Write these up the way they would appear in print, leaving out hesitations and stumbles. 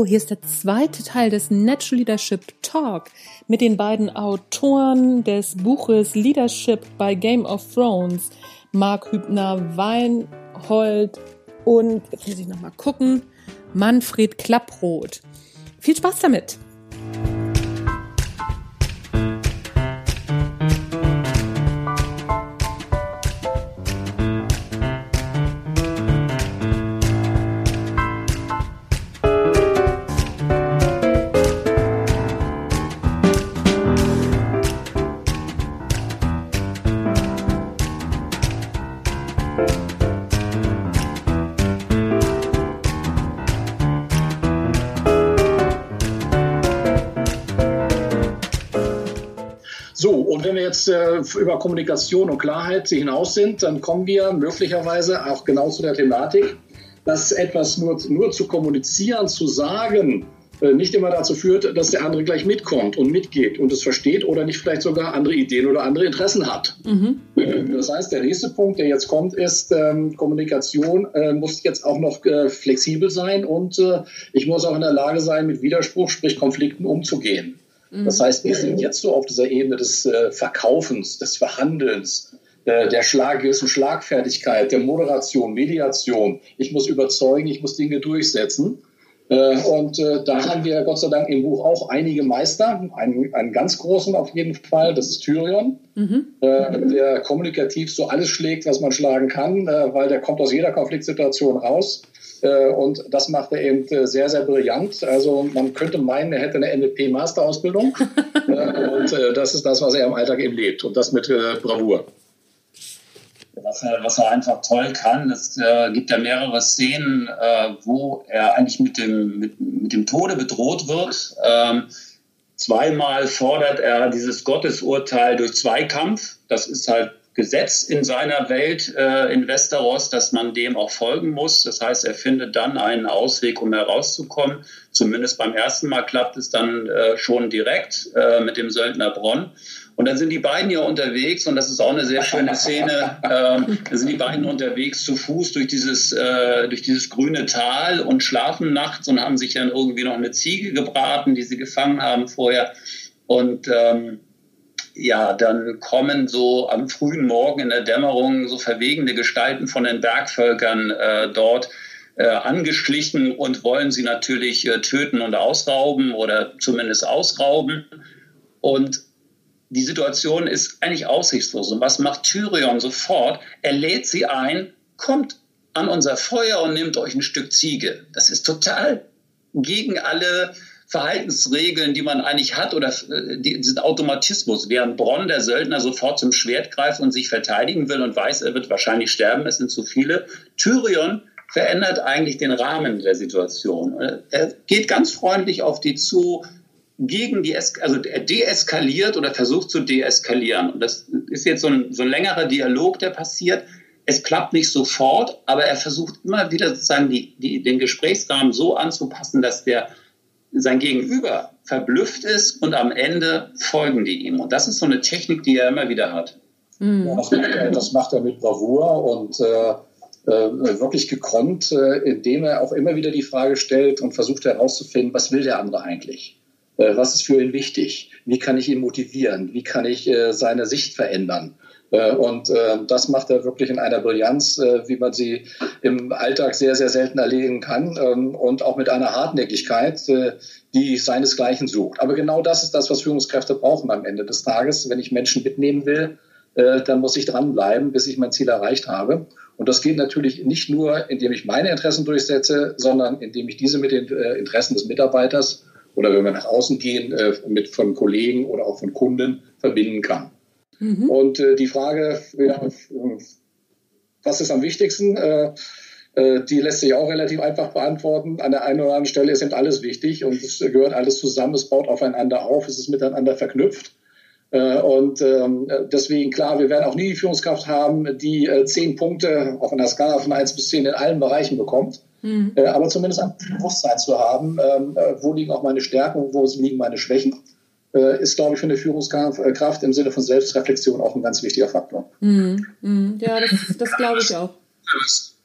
Hallo, hier ist der zweite Teil des Natural Leadership Talk mit den beiden Autoren des Buches Leadership by Game of Thrones, Mark Hübner-Weinhold und, jetzt muss ich nochmal gucken, Manfred Klapproth. Viel Spaß damit! So, und wenn wir jetzt über Kommunikation und Klarheit hinaus sind, dann kommen wir möglicherweise auch genau zu der Thematik, dass etwas nur zu kommunizieren, zu sagen, nicht immer dazu führt, dass der andere gleich mitkommt und mitgeht und es versteht oder nicht vielleicht sogar andere Ideen oder andere Interessen hat. Das heißt, der nächste Punkt, der jetzt kommt, ist, Kommunikation muss jetzt auch noch flexibel sein und ich muss auch in der Lage sein, mit Widerspruch, sprich Konflikten umzugehen. Das heißt, wir sind jetzt so auf dieser Ebene des Verkaufens, des Verhandelns, der gewissen Schlagfertigkeit, der Moderation, Mediation. Ich muss überzeugen, ich muss Dinge durchsetzen. Und da haben wir Gott sei Dank im Buch auch einige Meister, einen ganz großen auf jeden Fall, das ist Tyrion, der kommunikativ so alles schlägt, was man schlagen kann, weil der kommt aus jeder Konfliktsituation raus. Und das macht er eben sehr, sehr brillant. Also man könnte meinen, er hätte eine NLP-Masterausbildung. Und das ist das, was er im Alltag eben lebt. Und das mit Bravour. Was er einfach toll kann, es gibt ja mehrere Szenen, wo er eigentlich mit dem Tode bedroht wird. Zweimal fordert er dieses Gottesurteil durch Zweikampf. Das ist halt Gesetz in seiner Welt in Westeros, dass man dem auch folgen muss. Das heißt, er findet dann einen Ausweg, um herauszukommen. Zumindest beim ersten Mal klappt es dann schon direkt mit dem Söldner Bronn. Und dann sind die beiden ja unterwegs, und das ist auch eine sehr schöne Szene, da sind die beiden unterwegs zu Fuß durch dieses grüne Tal und schlafen nachts und haben sich dann irgendwie noch eine Ziege gebraten, die sie gefangen haben vorher. Und dann kommen so am frühen Morgen in der Dämmerung so verwegene Gestalten von den Bergvölkern dort angeschlichen und wollen sie natürlich töten und ausrauben oder zumindest ausrauben. Und die Situation ist eigentlich aussichtslos. Und was macht Tyrion sofort? Er lädt sie ein, kommt an unser Feuer und nimmt euch ein Stück Ziege. Das ist total gegen alle Verhaltensregeln, die man eigentlich hat, oder diesen Automatismus, während Bronn, der Söldner, sofort zum Schwert greift und sich verteidigen will und weiß, er wird wahrscheinlich sterben, es sind zu viele. Tyrion verändert eigentlich den Rahmen der Situation. Er geht ganz freundlich auf die zu, er deeskaliert oder versucht zu deeskalieren. Und das ist jetzt so ein längerer Dialog, der passiert. Es klappt nicht sofort, aber er versucht immer wieder sozusagen den Gesprächsrahmen so anzupassen, dass sein Gegenüber verblüfft ist und am Ende folgen die ihm. Und das ist so eine Technik, die er immer wieder hat. Ja, das macht er mit Bravour und wirklich gekonnt, indem er auch immer wieder die Frage stellt und versucht herauszufinden, was will der andere eigentlich? Was ist für ihn wichtig? Wie kann ich ihn motivieren? Wie kann ich seine Sicht verändern? Und das macht er wirklich in einer Brillanz, wie man sie im Alltag sehr, sehr selten erleben kann und auch mit einer Hartnäckigkeit, die seinesgleichen sucht. Aber genau das ist das, was Führungskräfte brauchen am Ende des Tages. Wenn ich Menschen mitnehmen will, dann muss ich dranbleiben, bis ich mein Ziel erreicht habe. Und das geht natürlich nicht nur, indem ich meine Interessen durchsetze, sondern indem ich diese mit den Interessen des Mitarbeiters oder wenn wir nach außen gehen, von Kollegen oder auch von Kunden verbinden kann. Und die Frage, was ist am wichtigsten, die lässt sich auch relativ einfach beantworten. An der einen oder anderen Stelle ist eben alles wichtig und es gehört alles zusammen, es baut aufeinander auf, es ist miteinander verknüpft. Und deswegen, klar, wir werden auch nie die Führungskraft haben, die 10 Punkte auf einer Skala von 1 bis 10 in allen Bereichen bekommt. Aber zumindest ein Bewusstsein zu haben, wo liegen auch meine Stärken, wo liegen meine Schwächen, ist, glaube ich, für eine Führungskraft im Sinne von Selbstreflexion auch ein ganz wichtiger Faktor. Ja, das glaube ich auch.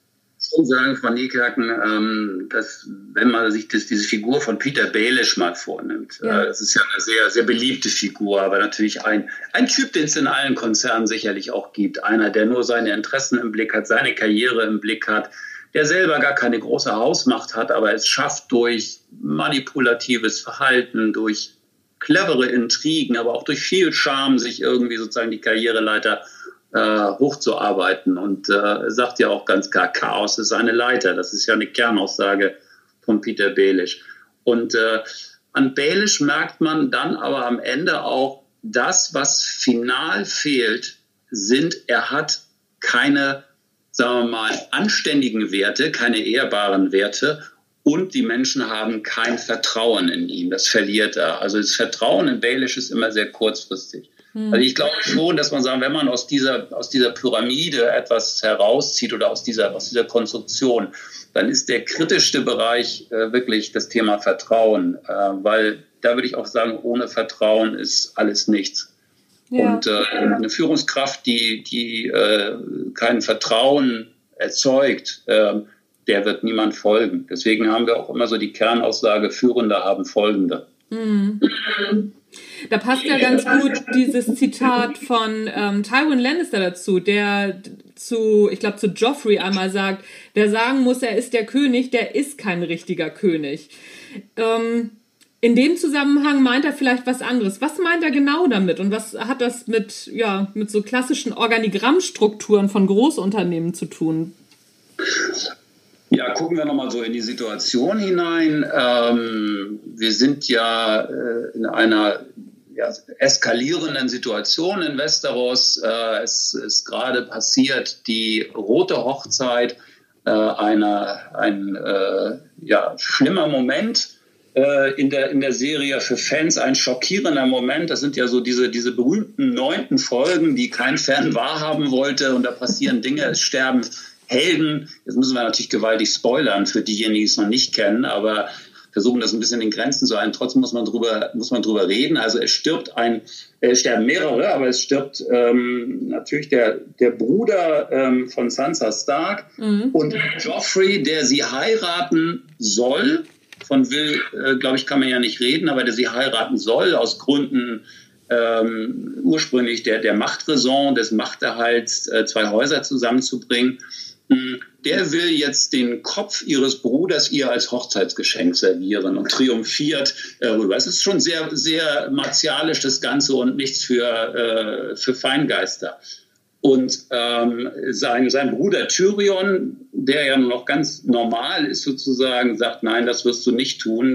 schon sagen, Frau Niekerken, dass, wenn man sich diese Figur von Peter Baelish mal vornimmt, das ist ja eine sehr, sehr beliebte Figur, aber natürlich ein Typ, den es in allen Konzernen sicherlich auch gibt. Einer, der nur seine Interessen im Blick hat, seine Karriere im Blick hat, der selber gar keine große Hausmacht hat, aber es schafft durch manipulatives Verhalten, durch clevere Intrigen, aber auch durch viel Charme, sich irgendwie sozusagen die Karriereleiter hochzuarbeiten. Und sagt ja auch ganz klar, Chaos ist eine Leiter. Das ist ja eine Kernaussage von Peter Baelish. Und an Baelish merkt man dann aber am Ende auch, das, was final fehlt, er hat keine, sagen wir mal, anständigen Werte, keine ehrbaren Werte, und die Menschen haben kein Vertrauen in ihn. Das verliert er. Also das Vertrauen in Baelish ist immer sehr kurzfristig. Also ich glaube schon, dass man sagen, wenn man aus dieser Pyramide etwas herauszieht oder aus dieser Konstruktion, dann ist der kritischste Bereich wirklich das Thema Vertrauen. Weil da würde ich auch sagen, ohne Vertrauen ist alles nichts. Ja. Und eine Führungskraft, die kein Vertrauen erzeugt, der wird niemand folgen. Deswegen haben wir auch immer so die Kernaussage, Führende haben Folgende. Mhm. Da passt ja ganz gut dieses Zitat von Tywin Lannister dazu, der zu Joffrey einmal sagt, der sagen muss, er ist der König, der ist kein richtiger König. In dem Zusammenhang meint er vielleicht was anderes. Was meint er genau damit und was hat das mit so klassischen Organigrammstrukturen von Großunternehmen zu tun? Ja, gucken wir nochmal so in die Situation hinein. Wir sind ja in einer eskalierenden Situation in Westeros. Es ist gerade passiert die rote Hochzeit, ein schlimmer Moment in der Serie, für Fans ein schockierender Moment. Das sind ja so diese berühmten 9. Folgen, die kein Fan wahrhaben wollte, und da passieren Dinge, es sterben Helden. Jetzt müssen wir natürlich gewaltig spoilern für diejenigen, die es noch nicht kennen, aber versuchen das ein bisschen in Grenzen zu halten. Trotzdem muss man drüber reden. Also es sterben mehrere, aber es stirbt natürlich der Bruder von Sansa Stark und Joffrey, der sie heiraten soll. Von will, glaube ich, kann man ja nicht reden, aber der sie heiraten soll aus Gründen ursprünglich der Machträson, des Machterhalts, 2 Häuser zusammenzubringen. Der will jetzt den Kopf ihres Bruders ihr als Hochzeitsgeschenk servieren und triumphiert darüber. Es ist schon sehr, sehr martialisch, das Ganze, und nichts für Feingeister. Und sein Bruder Tyrion, der ja noch ganz normal ist sozusagen, sagt, nein, das wirst du nicht tun,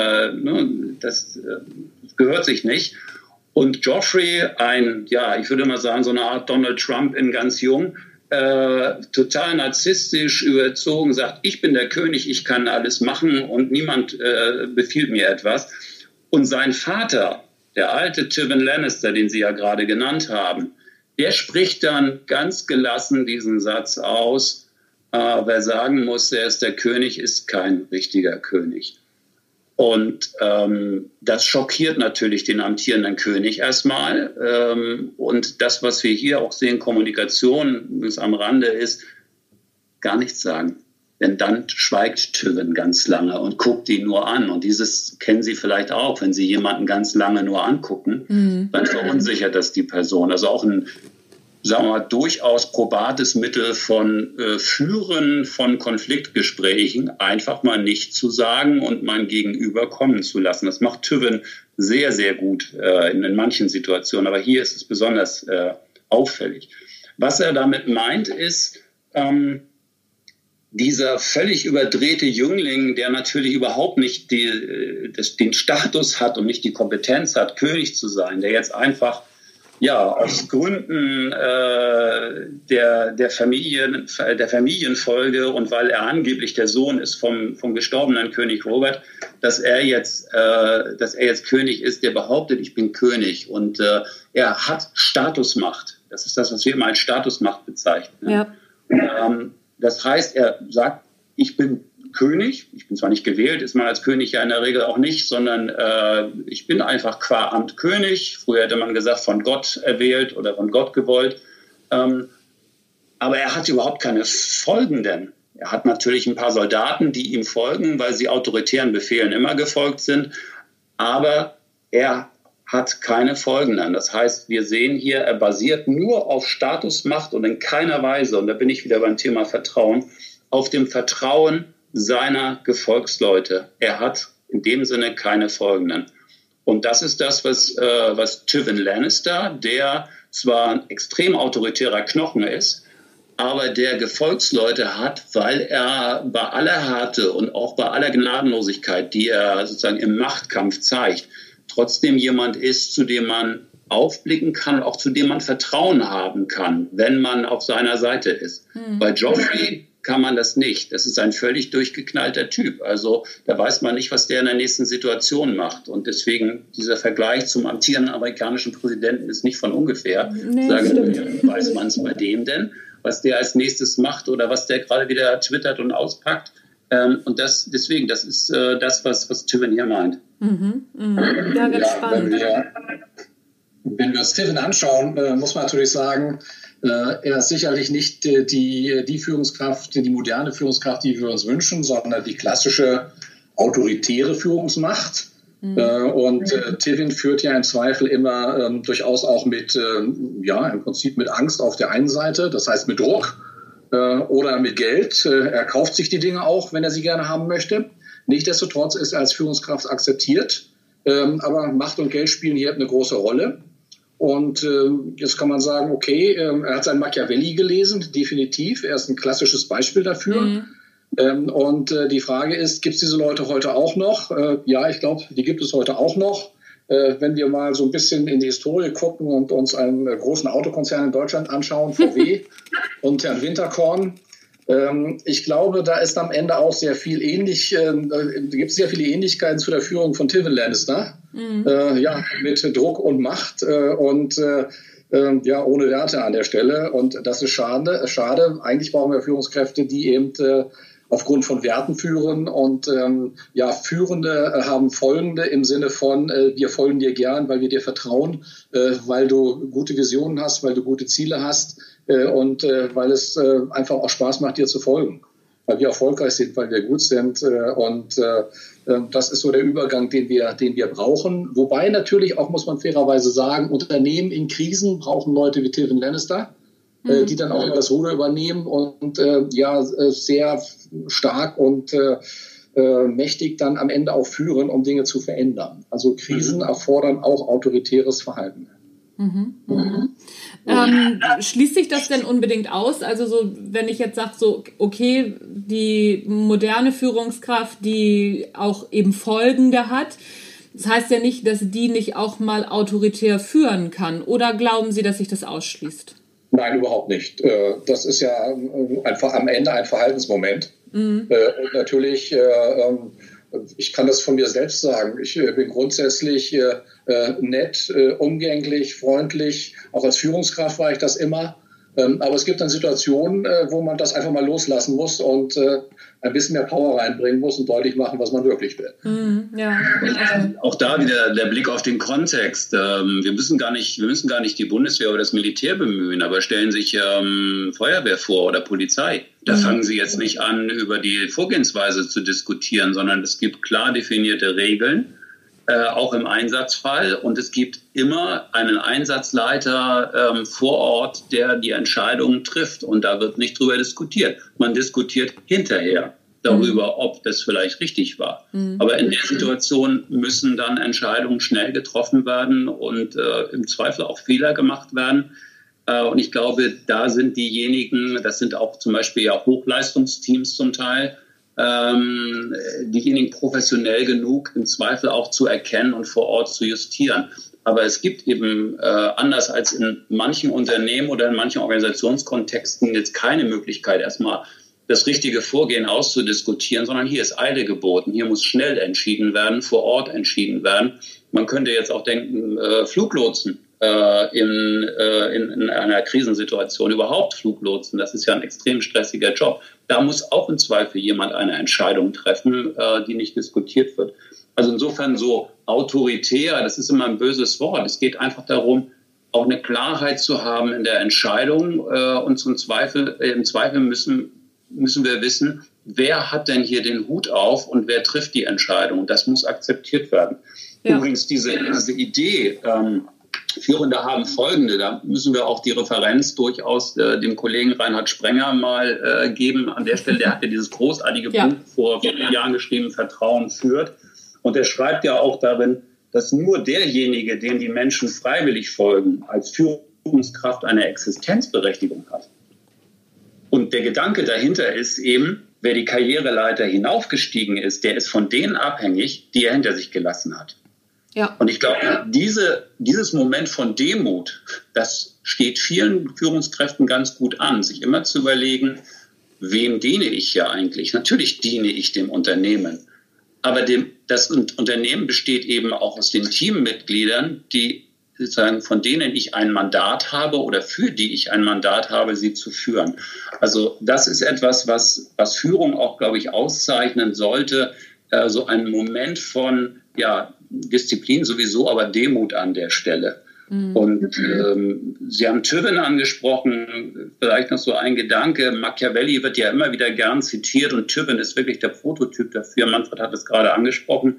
das gehört sich nicht. Und Joffrey, ich würde mal sagen, so eine Art Donald Trump in ganz jung, total narzisstisch, überzogen, sagt, ich bin der König, ich kann alles machen und niemand befiehlt mir etwas. Und sein Vater, der alte Tywin Lannister, den Sie ja gerade genannt haben, der spricht dann ganz gelassen diesen Satz aus, wer sagen muss, er ist der König, ist kein richtiger König. Und das schockiert natürlich den amtierenden König erstmal. Und das, was wir hier auch sehen, Kommunikation ist am Rande, ist gar nichts sagen. Denn dann schweigt Tywin ganz lange und guckt ihn nur an. Und dieses kennen Sie vielleicht auch, wenn Sie jemanden ganz lange nur angucken, dann verunsichert das die Person. Also auch ein, sagen wir mal, durchaus probates Mittel von Führen von Konfliktgesprächen, einfach mal nicht zu sagen und mein Gegenüber kommen zu lassen. Das macht Tywin sehr, sehr gut in manchen Situationen, aber hier ist es besonders auffällig. Was er damit meint, ist, dieser völlig überdrehte Jüngling, der natürlich überhaupt nicht den Status hat und nicht die Kompetenz hat, König zu sein, der jetzt einfach aus Gründen der Familienfolge und weil er angeblich der Sohn ist vom gestorbenen König Robert, dass er jetzt König ist, der behauptet, ich bin König, und er hat Statusmacht. Das ist das, was wir immer als Statusmacht bezeichnen. Ja. Das heißt, er sagt, ich bin König, ich bin zwar nicht gewählt, ist man als König ja in der Regel auch nicht, sondern ich bin einfach qua Amt König. Früher hätte man gesagt, von Gott erwählt oder von Gott gewollt. Aber er hat überhaupt keine Folgenden. Er hat natürlich ein paar Soldaten, die ihm folgen, weil sie autoritären Befehlen immer gefolgt sind. Aber er hat keine Folgenden. Das heißt, wir sehen hier, er basiert nur auf Statusmacht und in keiner Weise, und da bin ich wieder beim Thema Vertrauen, auf dem Vertrauen seiner Gefolgsleute. Er hat in dem Sinne keine Folgenden. Und das ist das, was Tywin Lannister, der zwar ein extrem autoritärer Knochen ist, aber der Gefolgsleute hat, weil er bei aller Härte und auch bei aller Gnadenlosigkeit, die er sozusagen im Machtkampf zeigt, trotzdem jemand ist, zu dem man aufblicken kann und auch zu dem man Vertrauen haben kann, wenn man auf seiner Seite ist. Bei Joffrey kann man das nicht. Das ist ein völlig durchgeknallter Typ. Also da weiß man nicht, was der in der nächsten Situation macht. Und deswegen dieser Vergleich zum amtierenden amerikanischen Präsidenten ist nicht von ungefähr. Nee, weiß man es bei dem denn, was der als nächstes macht oder was der gerade wieder twittert und auspackt. Und das ist das, was Tywin hier meint. Ja, ganz spannend. Wenn wir uns Tywin anschauen, muss man natürlich sagen, er ist sicherlich nicht die Führungskraft, die moderne Führungskraft, die wir uns wünschen, sondern die klassische autoritäre Führungsmacht. Und Tywin führt ja im Zweifel immer durchaus auch mit, im Prinzip mit Angst auf der einen Seite, das heißt mit Druck oder mit Geld. Er kauft sich die Dinge auch, wenn er sie gerne haben möchte. Nichtsdestotrotz ist er als Führungskraft akzeptiert, aber Macht und Geld spielen hier eine große Rolle. Und jetzt kann man sagen, okay, er hat sein Machiavelli gelesen, definitiv. Er ist ein klassisches Beispiel dafür. Und die Frage ist, gibt es diese Leute heute auch noch? Ja, ich glaube, die gibt es heute auch noch. Wenn wir mal so ein bisschen in die Historie gucken und uns einen großen Autokonzern in Deutschland anschauen, VW und Herrn Winterkorn. Ich glaube, da ist am Ende auch sehr viel gibt es sehr viele Ähnlichkeiten zu der Führung von Tywin Lannister. Mit Druck und Macht und ohne Werte an der Stelle. Und das ist schade. Eigentlich brauchen wir Führungskräfte, die eben aufgrund von Werten führen und Führende haben Folgende im Sinne von, wir folgen dir gern, weil wir dir vertrauen, weil du gute Visionen hast, weil du gute Ziele hast und weil es einfach auch Spaß macht, dir zu folgen. Weil wir erfolgreich sind, weil wir gut sind und das ist so der Übergang, den wir brauchen. Wobei natürlich auch, muss man fairerweise sagen, Unternehmen in Krisen brauchen Leute wie Tywin Lannister, die dann auch immer das Ruder übernehmen und sehr stark und mächtig dann am Ende auch führen, um Dinge zu verändern. Also Krisen erfordern auch autoritäres Verhalten. Schließt sich das denn unbedingt aus? Also so, wenn ich jetzt sage, so okay, die moderne Führungskraft, die auch eben Folgende hat, das heißt ja nicht, dass die nicht auch mal autoritär führen kann. Oder glauben Sie, dass sich das ausschließt? Nein, überhaupt nicht. Das ist ja einfach am Ende ein Verhaltensmoment. Und natürlich, ich kann das von mir selbst sagen, ich bin grundsätzlich nett, umgänglich, freundlich. Auch als Führungskraft war ich das immer. Aber es gibt dann Situationen, wo man das einfach mal loslassen muss und ein bisschen mehr Power reinbringen muss und deutlich machen, was man wirklich will. Auch da wieder der Blick auf den Kontext. Wir müssen gar nicht die Bundeswehr oder das Militär bemühen, aber stellen sich Feuerwehr vor oder Polizei. Da fangen Sie jetzt nicht an, über die Vorgehensweise zu diskutieren, sondern es gibt klar definierte Regeln, auch im Einsatzfall. Und es gibt immer einen Einsatzleiter vor Ort, der die Entscheidungen trifft. Und da wird nicht drüber diskutiert. Man diskutiert hinterher darüber, ob das vielleicht richtig war. Aber in der Situation müssen dann Entscheidungen schnell getroffen werden und im Zweifel auch Fehler gemacht werden. Und ich glaube, da sind diejenigen, das sind auch zum Beispiel ja Hochleistungsteams zum Teil, diejenigen professionell genug, im Zweifel auch zu erkennen und vor Ort zu justieren. Aber es gibt eben anders als in manchen Unternehmen oder in manchen Organisationskontexten jetzt keine Möglichkeit, erstmal das richtige Vorgehen auszudiskutieren, sondern hier ist Eile geboten. Hier muss schnell entschieden werden, vor Ort entschieden werden. Man könnte jetzt auch denken, Fluglotsen in einer Krisensituation, überhaupt Fluglotsen, das ist ja ein extrem stressiger Job. Da muss auch im Zweifel jemand eine Entscheidung treffen, die nicht diskutiert wird. Also insofern so autoritär, das ist immer ein böses Wort. Es geht einfach darum, auch eine Klarheit zu haben in der Entscheidung und im Zweifel müssen müssen wir wissen, wer hat denn hier den Hut auf und wer trifft die Entscheidung. Das muss akzeptiert werden. Ja. Übrigens, diese Idee, Führende haben folgende, da müssen wir auch die Referenz durchaus dem Kollegen Reinhard Sprenger mal geben. An der Stelle, der hat ja dieses großartige Buch vor 4 Jahren geschrieben, Vertrauen führt. Und er schreibt ja auch darin, dass nur derjenige, dem die Menschen freiwillig folgen, als Führungskraft eine Existenzberechtigung hat. Und der Gedanke dahinter ist eben, wer die Karriereleiter hinaufgestiegen ist, der ist von denen abhängig, die er hinter sich gelassen hat. Ja. Und ich glaube, dieses Moment von Demut, das steht vielen Führungskräften ganz gut an, sich immer zu überlegen, wem diene ich hier eigentlich? Natürlich diene ich dem Unternehmen. Aber das Unternehmen besteht eben auch aus den Teammitgliedern, die sozusagen, von denen ich ein Mandat habe oder für die ich ein Mandat habe, sie zu führen. Also das ist etwas, was Führung auch, glaube ich, auszeichnen sollte. So ein Moment von Disziplin sowieso, aber Demut an der Stelle. Mhm. Und Sie haben Tübingen angesprochen, vielleicht noch so ein Gedanke. Machiavelli wird ja immer wieder gern zitiert und Tübingen ist wirklich der Prototyp dafür. Manfred hat es gerade angesprochen.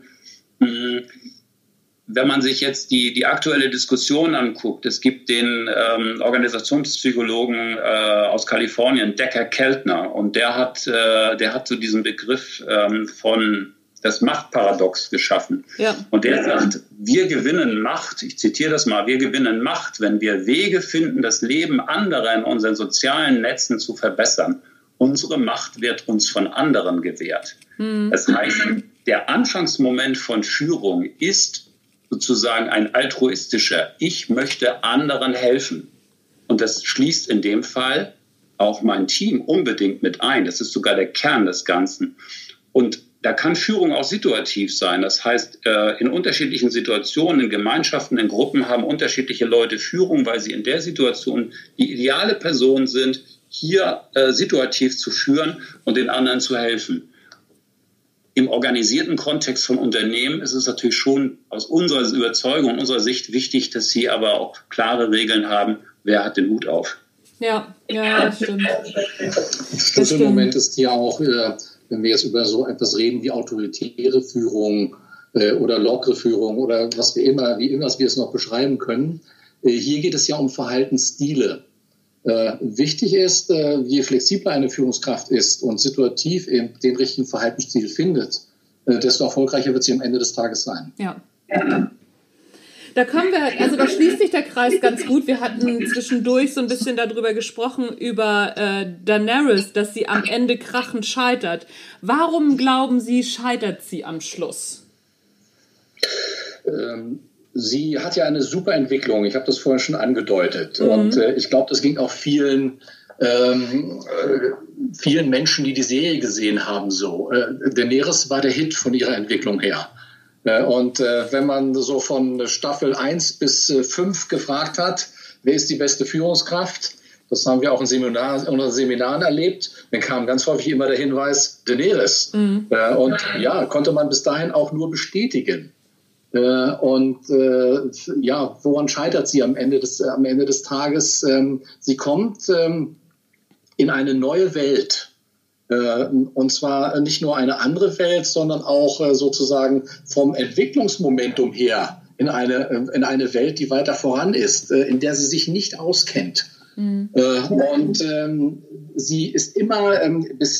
Wenn man sich jetzt die aktuelle Diskussion anguckt, es gibt den Organisationspsychologen aus Kalifornien, Decker Keltner, und der hat so diesen Begriff von das Machtparadox geschaffen. Ja. Und der sagt, wir gewinnen Macht, ich zitiere das mal, wir gewinnen Macht, wenn wir Wege finden, das Leben anderer in unseren sozialen Netzen zu verbessern. Unsere Macht wird uns von anderen gewährt. Mhm. Das heißt, der Anfangsmoment von Führung ist sozusagen ein altruistischer. Ich möchte anderen helfen. Und das schließt in dem Fall auch mein Team unbedingt mit ein. Das ist sogar der Kern des Ganzen. Und da kann Führung auch situativ sein. Das heißt, in unterschiedlichen Situationen, in Gemeinschaften, in Gruppen haben unterschiedliche Leute Führung, weil sie in der Situation die ideale Person sind, hier situativ zu führen und den anderen zu helfen. Im organisierten Kontext von Unternehmen ist es natürlich schon aus unserer Überzeugung, unserer Sicht wichtig, dass sie aber auch klare Regeln haben, wer hat den Hut auf. Ja, das stimmt. Schlüsselmoment ist hier auch, wenn wir jetzt über so etwas reden wie autoritäre Führung oder lockere Führung oder was wir wir es noch beschreiben können. Hier geht es ja um Verhaltensstile. Wichtig ist, je flexibler eine Führungskraft ist und situativ eben den richtigen Verhaltensstil findet, desto erfolgreicher wird sie am Ende des Tages sein. Ja. Da da schließt sich der Kreis ganz gut. Wir hatten zwischendurch so ein bisschen darüber gesprochen, über Daenerys, dass sie am Ende krachend scheitert. Warum glauben Sie, scheitert sie am Schluss? Sie hat ja eine super Entwicklung. Ich habe das vorhin schon angedeutet. Mhm. Und ich glaube, das ging auch vielen Menschen, die Serie gesehen haben, so. Daenerys war der Hit von ihrer Entwicklung her. Und wenn man so von Staffel 1 bis 5 gefragt hat, wer ist die beste Führungskraft, das haben wir auch in unseren Seminaren erlebt, dann kam ganz häufig immer der Hinweis, Daenerys. Mhm. Und konnte man bis dahin auch nur bestätigen. Woran scheitert sie am Ende des Tages? Sie kommt in eine neue Welt. Und zwar nicht nur eine andere Welt, sondern auch sozusagen vom Entwicklungsmomentum her in eine Welt, die weiter voran ist, in der sie sich nicht auskennt. Mhm. Sie ist immer bis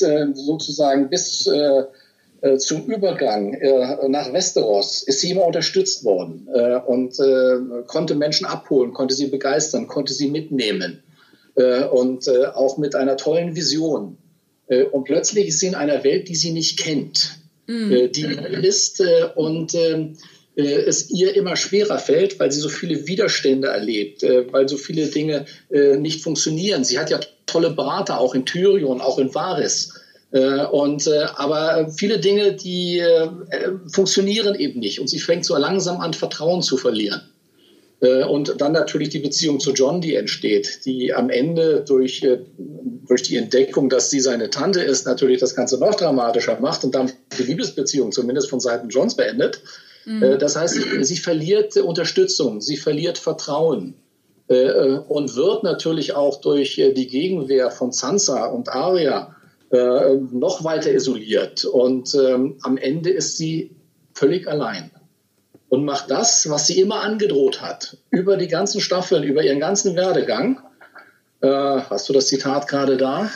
zum Übergang nach Westeros ist sie immer unterstützt worden und konnte Menschen abholen, konnte sie begeistern, konnte sie mitnehmen und auch mit einer tollen Vision. Und plötzlich ist sie in einer Welt, die sie nicht kennt, die ist und es ihr immer schwerer fällt, weil sie so viele Widerstände erlebt, weil so viele Dinge nicht funktionieren. Sie hat ja tolle Berater, auch in Tyrion, auch in Varys. Aber viele Dinge, die funktionieren eben nicht. Und sie fängt so langsam an, Vertrauen zu verlieren. Und dann natürlich die Beziehung zu Jon, die entsteht, die am Ende durch die Entdeckung, dass sie seine Tante ist, natürlich das Ganze noch dramatischer macht und dann die Liebesbeziehung zumindest von Seiten Jons beendet. Mhm. Das heißt, sie verliert Unterstützung, sie verliert Vertrauen und wird natürlich auch durch die Gegenwehr von Sansa und Arya noch weiter isoliert. Und am Ende ist sie völlig allein und macht das, was sie immer angedroht hat, über die ganzen Staffeln, über ihren ganzen Werdegang. Hast du das Zitat gerade da?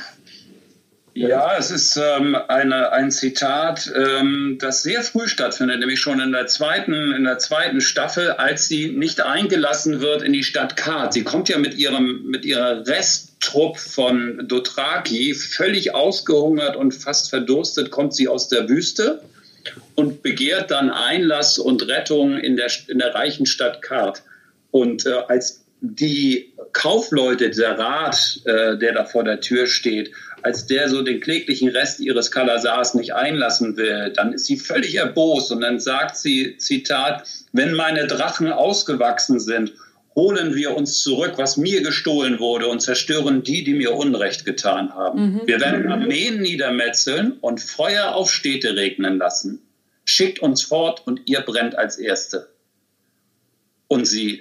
Ja, es ist ein Zitat, das sehr früh stattfindet, nämlich schon in der zweiten Staffel, als sie nicht eingelassen wird in die Stadt Kart. Sie kommt ja mit ihrer Resttrupp von Dothraki, völlig ausgehungert und fast verdurstet, kommt sie aus der Wüste und begehrt dann Einlass und Rettung in der reichen Stadt Kart. Und als die Kaufleute, der Rat, der da vor der Tür steht, als der so den kläglichen Rest ihres Kalasars nicht einlassen will, dann ist sie völlig erbost und dann sagt sie, Zitat, wenn meine Drachen ausgewachsen sind, holen wir uns zurück, was mir gestohlen wurde und zerstören die mir Unrecht getan haben. Wir werden Armeen niedermetzeln und Feuer auf Städte regnen lassen. Schickt uns fort und ihr brennt als Erste. Und sie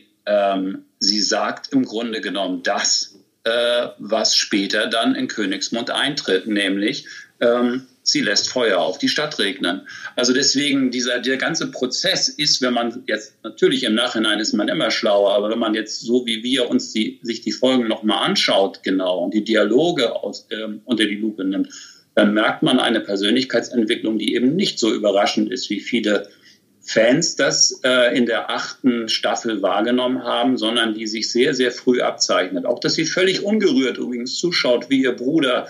sagt im Grunde genommen das, was später dann in Königsmund eintritt, nämlich sie lässt Feuer auf die Stadt regnen. Also deswegen, der ganze Prozess ist, wenn man jetzt, natürlich im Nachhinein ist man immer schlauer, aber wenn man jetzt so wie wir uns sich die Folgen nochmal anschaut, genau, und die Dialoge unter die Lupe nimmt, dann merkt man eine Persönlichkeitsentwicklung, die eben nicht so überraschend ist, wie viele Fans das in der 8. Staffel wahrgenommen haben, sondern die sich sehr, sehr früh abzeichnet. Auch, dass sie völlig ungerührt übrigens zuschaut, wie ihr Bruder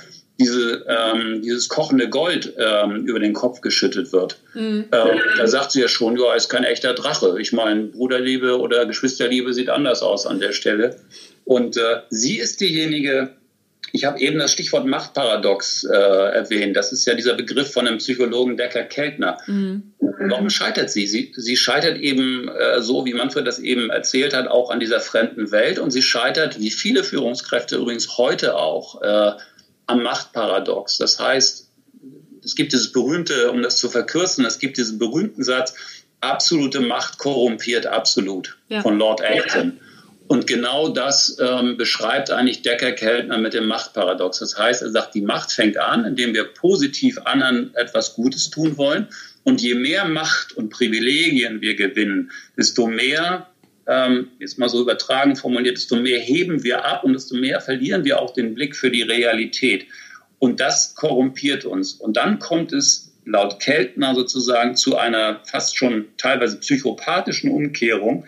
dieses kochende Gold über den Kopf geschüttet wird. Da sagt sie ja schon, ja, ist kein echter Drache. Ich meine, Bruderliebe oder Geschwisterliebe sieht anders aus an der Stelle. Und sie ist diejenige, ich habe eben das Stichwort Machtparadox erwähnt. Das ist ja dieser Begriff von dem Psychologen Decker Keltner. Warum scheitert sie? Sie scheitert eben so, wie Manfred das eben erzählt hat, auch an dieser fremden Welt. Und sie scheitert, wie viele Führungskräfte übrigens heute auch, am Machtparadox. Das heißt, es gibt dieses berühmte, um das zu verkürzen, es gibt diesen berühmten Satz, absolute Macht korrumpiert absolut, von Lord Acton. Und genau das beschreibt eigentlich Decker Keltner mit dem Machtparadox. Das heißt, er sagt, die Macht fängt an, indem wir positiv anderen etwas Gutes tun wollen. Und je mehr Macht und Privilegien wir gewinnen, desto mehr, jetzt mal so übertragen formuliert, desto mehr heben wir ab und desto mehr verlieren wir auch den Blick für die Realität. Und das korrumpiert uns. Und dann kommt es laut Keltner sozusagen zu einer fast schon teilweise psychopathischen Umkehrung.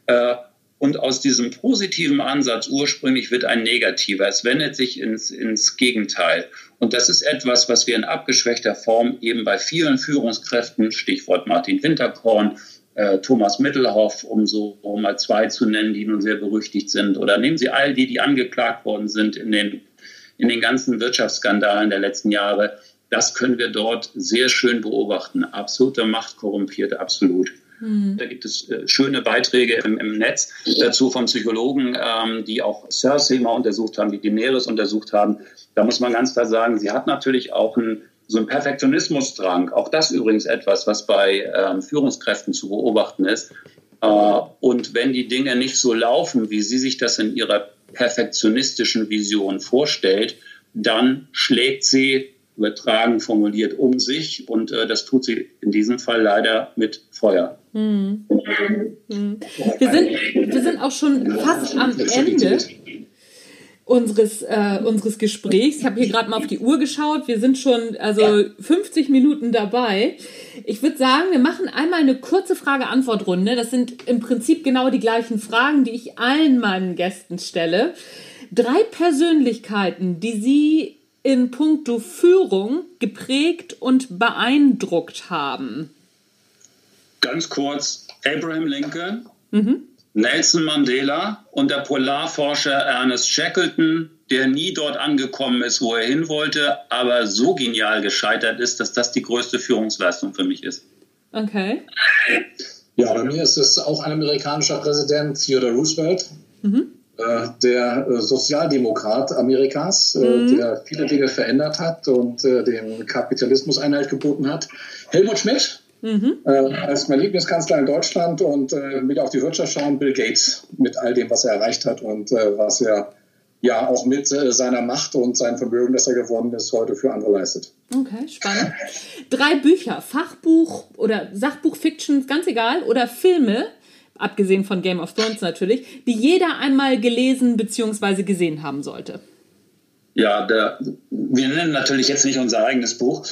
Und aus diesem positiven Ansatz ursprünglich wird ein negativer. Es wendet sich ins Gegenteil. Und das ist etwas, was wir in abgeschwächter Form eben bei vielen Führungskräften, Stichwort Martin Winterkorn, Thomas Mittelhoff, um so mal 2 zu nennen, die nun sehr berüchtigt sind. Oder nehmen Sie all die angeklagt worden sind in den ganzen Wirtschaftsskandalen der letzten Jahre. Das können wir dort sehr schön beobachten. Absolute Macht korrumpiert, absolut. Da gibt es schöne Beiträge im Netz dazu von Psychologen, die auch Cersei mal untersucht haben, die Daenerys untersucht haben. Da muss man ganz klar sagen, sie hat natürlich auch so einen Perfektionismusdrang. Auch das übrigens etwas, was bei Führungskräften zu beobachten ist. Und wenn die Dinge nicht so laufen, wie sie sich das in ihrer perfektionistischen Vision vorstellt, dann schlägt sie, übertragen formuliert, um sich. Und das tut sie in diesem Fall leider mit Feuer. Wir sind auch schon fast am Ende unseres Gesprächs. Ich habe hier gerade mal auf die Uhr geschaut. Wir sind schon 50 Minuten dabei. Ich würde sagen, wir machen einmal eine kurze Frage-Antwort-Runde. Das sind im Prinzip genau die gleichen Fragen, die ich allen meinen Gästen stelle. 3 Persönlichkeiten, die Sie in puncto Führung geprägt und beeindruckt haben. Ganz kurz, Abraham Lincoln, Nelson Mandela und der Polarforscher Ernest Shackleton, der nie dort angekommen ist, wo er hin wollte, aber so genial gescheitert ist, dass das die größte Führungsleistung für mich ist. Okay. Ja, bei mir ist es auch ein amerikanischer Präsident, Theodore Roosevelt, der Sozialdemokrat Amerikas, der viele Dinge verändert hat und dem Kapitalismus Einhalt geboten hat. Helmut Schmidt, als mein Lieblingskanzler in Deutschland und mit auf die Wirtschaft schauen, Bill Gates mit all dem, was er erreicht hat und was er ja auch mit seiner Macht und seinem Vermögen, das er gewonnen ist, heute für andere leistet. Okay, spannend. 3 Bücher, Fachbuch oder Sachbuch-Fiction, ganz egal, oder Filme, abgesehen von Game of Thrones natürlich, die jeder einmal gelesen bzw. gesehen haben sollte. Ja, wir nennen natürlich jetzt nicht unser eigenes Buch,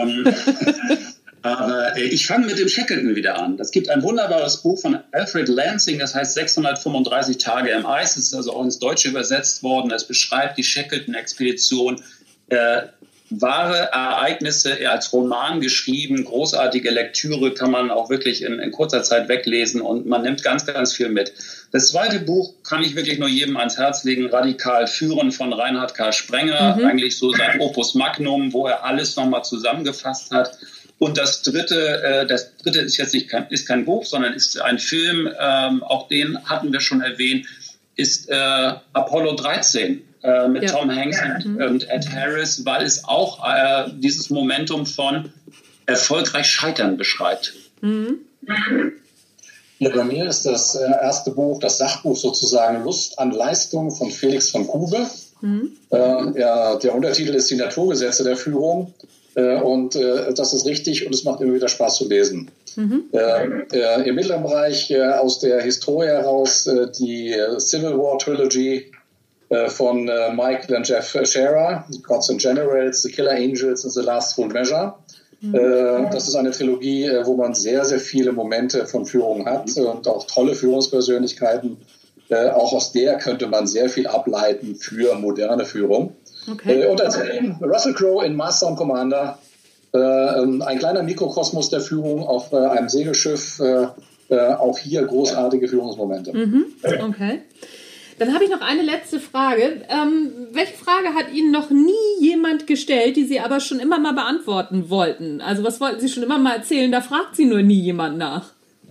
aber ich fange mit dem Shackleton wieder an. Es gibt ein wunderbares Buch von Alfred Lansing, das heißt 635 Tage im Eis. Es ist also auch ins Deutsche übersetzt worden. Es beschreibt die Shackleton-Expedition, wahre Ereignisse, als Roman geschrieben, großartige Lektüre, kann man auch wirklich in kurzer Zeit weglesen und man nimmt ganz, ganz viel mit. Das zweite Buch kann ich wirklich nur jedem ans Herz legen, Radikal führen von Reinhard K. Sprenger, eigentlich so sein Opus Magnum, wo er alles nochmal zusammengefasst hat. Und das dritte ist jetzt ist kein Buch, sondern ist ein Film, auch den hatten wir schon erwähnt, ist Apollo 13. Mit Tom Hanks und Ed Harris, weil es auch dieses Momentum von erfolgreich Scheitern beschreibt. Ja, bei mir ist das erste Buch, das Sachbuch sozusagen Lust an Leistung von Felix von Kube. Der Untertitel ist Die Naturgesetze der Führung. Und das ist richtig und es macht immer wieder Spaß zu lesen. Im mittleren Bereich aus der Historie heraus die Civil War Trilogy von Michael und Jeff Scherer, Gods and Generals, The Killer Angels and The Last Full Measure. Das ist eine Trilogie, wo man sehr, sehr viele Momente von Führung hat und auch tolle Führungspersönlichkeiten. Auch aus der könnte man sehr viel ableiten für moderne Führung. Okay. Und als Russell Crowe in Master and Commander, ein kleiner Mikrokosmos der Führung auf einem Segelschiff, auch hier großartige Führungsmomente. Okay. Dann habe ich noch eine letzte Frage. Welche Frage hat Ihnen noch nie jemand gestellt, die Sie aber schon immer mal beantworten wollten? Also was wollten Sie schon immer mal erzählen? Da fragt Sie nur nie jemand nach.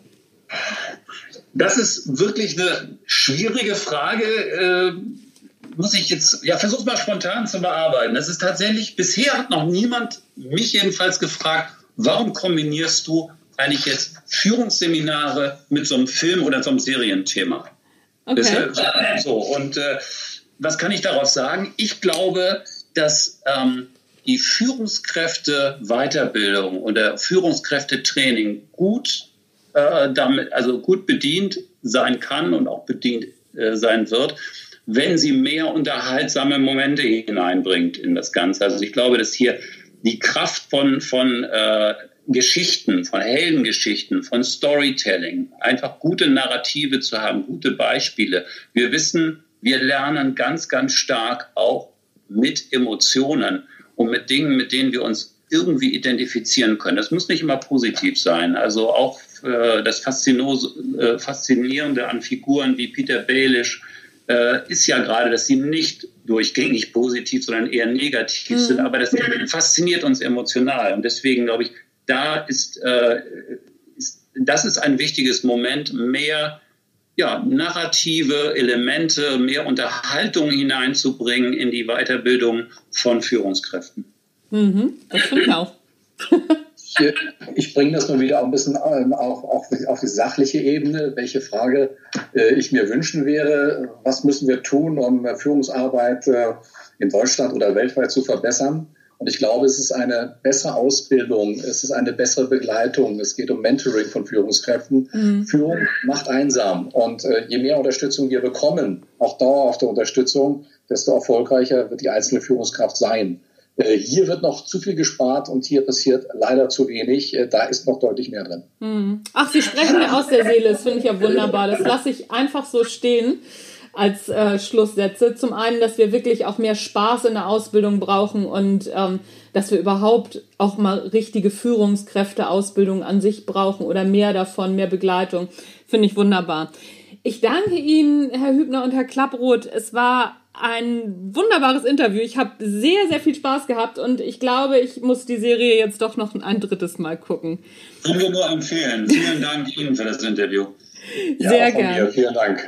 Das ist wirklich eine schwierige Frage. Muss ich jetzt, versuch mal spontan zu bearbeiten. Das ist tatsächlich, bisher hat noch niemand mich jedenfalls gefragt, warum kombinierst du eigentlich jetzt Führungsseminare mit so einem Film oder so einem Serienthema? Okay. Was kann ich darauf sagen? Ich glaube, dass die Führungskräfte-Weiterbildung oder Führungskräftetraining gut bedient sein kann und auch bedient sein wird, wenn sie mehr unterhaltsame Momente hineinbringt in das Ganze. Also ich glaube, dass hier die Kraft von Geschichten, von Heldengeschichten, von Storytelling, einfach gute Narrative zu haben, gute Beispiele. Wir wissen, wir lernen ganz, ganz stark auch mit Emotionen und mit Dingen, mit denen wir uns irgendwie identifizieren können. Das muss nicht immer positiv sein. Also auch das Faszinierende an Figuren wie Peter Baelish ist ja gerade, dass sie nicht durchgängig positiv, sondern eher negativ sind. Aber das fasziniert uns emotional. Und deswegen glaube ich, das ist ein wichtiges Moment, mehr narrative Elemente, mehr Unterhaltung hineinzubringen in die Weiterbildung von Führungskräften. Das finde ich auch. Ich bringe das nur wieder auch ein bisschen auf die sachliche Ebene, welche Frage ich mir wünschen wäre. Was müssen wir tun, um Führungsarbeit in Deutschland oder weltweit zu verbessern? Und ich glaube, es ist eine bessere Ausbildung, es ist eine bessere Begleitung, es geht um Mentoring von Führungskräften. Führung macht einsam und je mehr Unterstützung wir bekommen, auch dauerhafte Unterstützung, desto erfolgreicher wird die einzelne Führungskraft sein. Hier wird noch zu viel gespart und hier passiert leider zu wenig. Da ist noch deutlich mehr drin. Ach, Sie sprechen mir aus der Seele, das finde ich ja wunderbar. Das lasse ich einfach so stehen als Schlusssätze. Zum einen, dass wir wirklich auch mehr Spaß in der Ausbildung brauchen und dass wir überhaupt auch mal richtige Führungskräfte-Ausbildung an sich brauchen oder mehr davon, mehr Begleitung. Finde ich wunderbar. Ich danke Ihnen, Herr Hübner und Herr Klapproth. Es war ein wunderbares Interview. Ich habe sehr, sehr viel Spaß gehabt und ich glaube, ich muss die Serie jetzt doch noch ein drittes Mal gucken. Können wir nur empfehlen. Vielen Dank Ihnen für das Interview. Sehr gerne. Vielen Dank.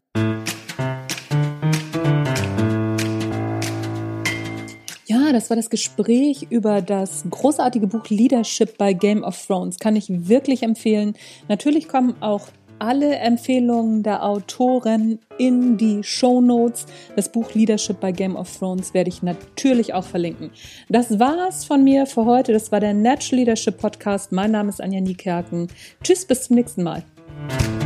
Ja, das war das Gespräch über das großartige Buch Leadership bei Game of Thrones. Kann ich wirklich empfehlen. Natürlich kommen auch alle Empfehlungen der Autoren in die Shownotes. Das Buch Leadership bei Game of Thrones werde ich natürlich auch verlinken. Das war's von mir für heute. Das war der Natural Leadership Podcast. Mein Name ist Anja Niekerken. Tschüss, bis zum nächsten Mal.